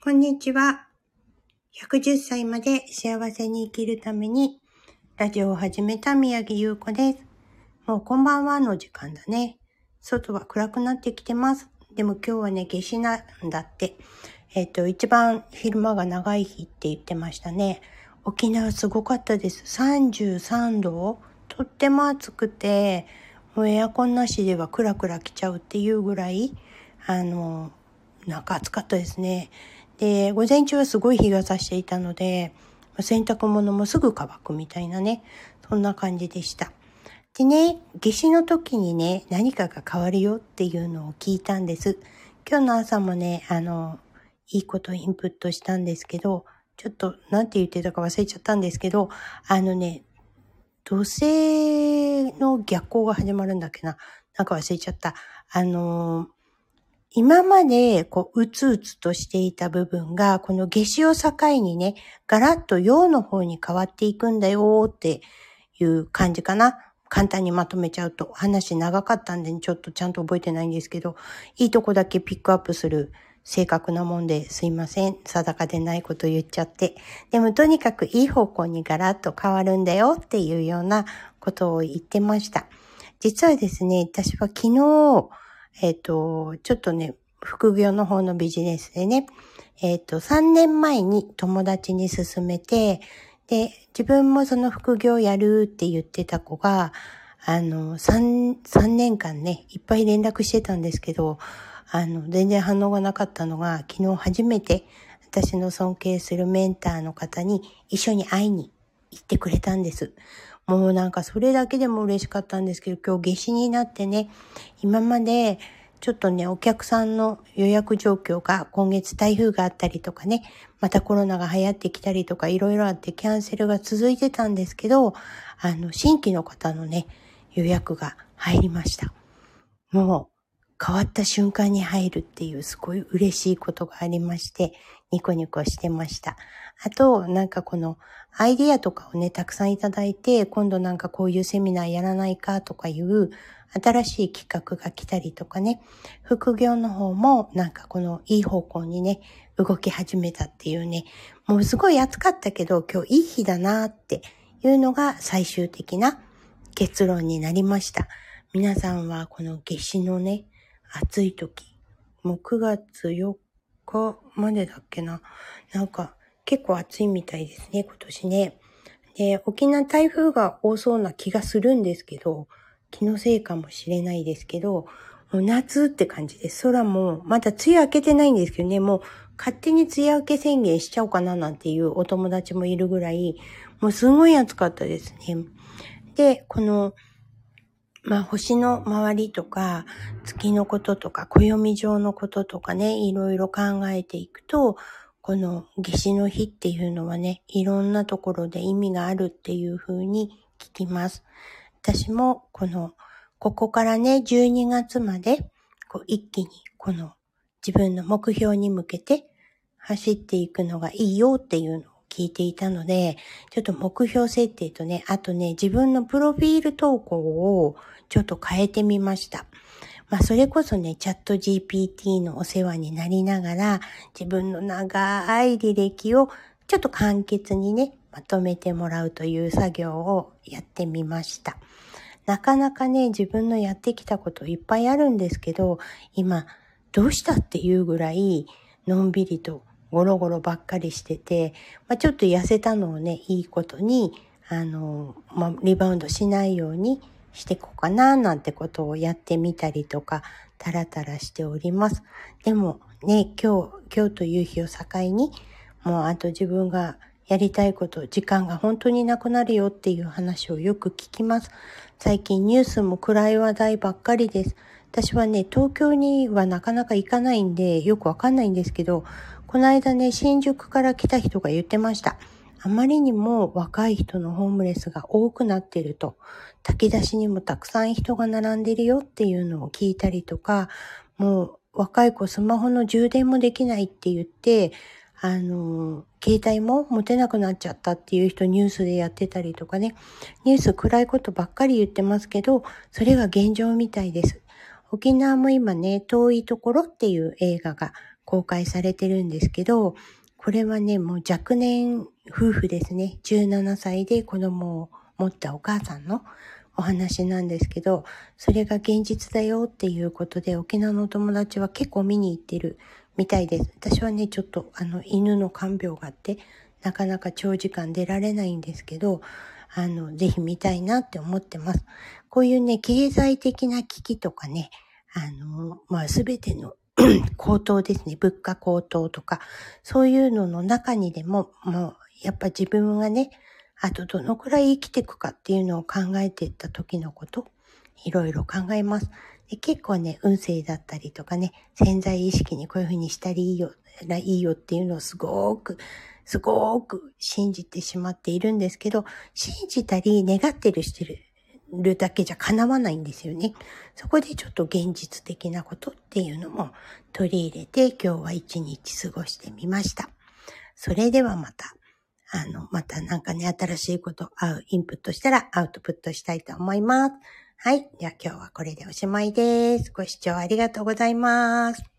こんにちは。110歳まで幸せに生きるためにラジオを始めた宮城優子です。もうこんばんはの時間だね。外は暗くなってきてます。でも今日はね、夏至なんだって。一番昼間が長い日って言ってましたね。沖縄すごかったです。33度、とっても暑くて、もうエアコンなしではクラクラ来ちゃうっていうぐらい、なんか暑かったですね。で、午前中はすごい日が差していたので、洗濯物もすぐ乾くみたいなね、そんな感じでした。でね、夏至の時にね、何かが変わるよっていうのを聞いたんです。今日の朝もね、いいことインプットしたんですけど、ちょっとなんて言ってたか忘れちゃったんですけど、土星の逆行が始まるんだっけな。なんか忘れちゃった。今までうつうつとしていた部分が、この夏至を境にね、ガラッと陽の方に変わっていくんだよっていう感じかな。簡単にまとめちゃうと、話長かったんでちょっとちゃんと覚えてないんですけど、いいとこだけピックアップする正確なもんですいません。定かでないこと言っちゃって。でもとにかくいい方向にガラッと変わるんだよっていうようなことを言ってました。実はですね、私は昨日、ちょっとね、副業の方のビジネスでね、3年前に友達に勧めて、で、自分もその副業やるって言ってた子が、3年間ね、いっぱい連絡してたんですけど、全然反応がなかったのが、昨日初めて私の尊敬するメンターの方に一緒に会いに行ってくれたんです。もうなんかそれだけでも嬉しかったんですけど、今日夏至になってね、今までちょっとね、お客さんの予約状況が今月台風があったりとかね、またコロナが流行ってきたりとかいろいろあってキャンセルが続いてたんですけど、新規の方のね、予約が入りました。もう変わった瞬間に入るっていうすごい嬉しいことがありまして、ニコニコしてました。あと、なんかこのアイディアとかをね、たくさんいただいて、今度なんかこういうセミナーやらないかとかいう新しい企画が来たりとかね、副業の方もなんかこのいい方向にね、動き始めたっていうね、もうすごい暑かったけど今日いい日だなっていうのが最終的な結論になりました。皆さんはこの夏至のね、暑い時、もう9月4日までだっけな。なんか結構暑いみたいですね、今年ね。で、沖縄台風が多そうな気がするんですけど、気のせいかもしれないですけど、もう夏って感じです。空もまだ梅雨明けてないんですけどね、もう勝手に梅雨明け宣言しちゃおうかななんていうお友達もいるぐらい、もうすごい暑かったですね。で、この星の周りとか、月のこととか、暦上のこととかね、いろいろ考えていくと、この夏至の日っていうのはね、いろんなところで意味があるっていう風に聞きます。私もここからね、12月まで、一気に自分の目標に向けて走っていくのがいいよっていうのを聞いていたので、ちょっと目標設定とね、あとね、自分のプロフィール投稿をちょっと変えてみました。それこそね、チャット GPT のお世話になりながら、自分の長い履歴をちょっと簡潔にね、まとめてもらうという作業をやってみました。なかなかね、自分のやってきたこといっぱいあるんですけど、今、どうしたっていうぐらい、のんびりとゴロゴロばっかりしてて、ちょっと痩せたのをね、いいことに、リバウンドしないようにしていこうかな、なんてことをやってみたりとか、タラタラしております。でもね、今日という日を境に、もうあと自分がやりたいこと、時間が本当になくなるよっていう話をよく聞きます。最近ニュースも暗い話題ばっかりです。私はね、東京にはなかなか行かないんで、よくわかんないんですけど、この間ね、新宿から来た人が言ってました。あまりにも若い人のホームレスが多くなっていると、炊き出しにもたくさん人が並んでるよっていうのを聞いたりとか、もう若い子スマホの充電もできないって言って、携帯も持てなくなっちゃったっていう人ニュースでやってたりとかね、ニュース暗いことばっかり言ってますけど、それが現状みたいです。 沖縄も今ね、遠いところっていう映画が公開されてるんですけど、これはね、もう若年夫婦ですね。17歳で子供を持ったお母さんのお話なんですけど、それが現実だよっていうことで、沖縄のお友達は結構見に行ってるみたいです。私はね、ちょっと犬の看病があって、なかなか長時間出られないんですけど、ぜひ見たいなって思ってます。こういうね、経済的な危機とかね、すべての高騰ですね、物価高騰とか、そういうのの中にでも、もう、やっぱ自分がね、あとどのくらい生きていくかっていうのを考えていった時のこと、いろいろ考えます。で結構ね、運勢だったりとかね、潜在意識にこういう風にしたらいいよっていうのをすごく信じてしまっているんですけど、信じたり願ってしてるだけじゃ叶わないんですよね。そこでちょっと現実的なことっていうのも取り入れて今日は一日過ごしてみました。それではまた、またなんかね、新しいこと、インプットしたらアウトプットしたいと思います。はい。では今日はこれでおしまいです。ご視聴ありがとうございます。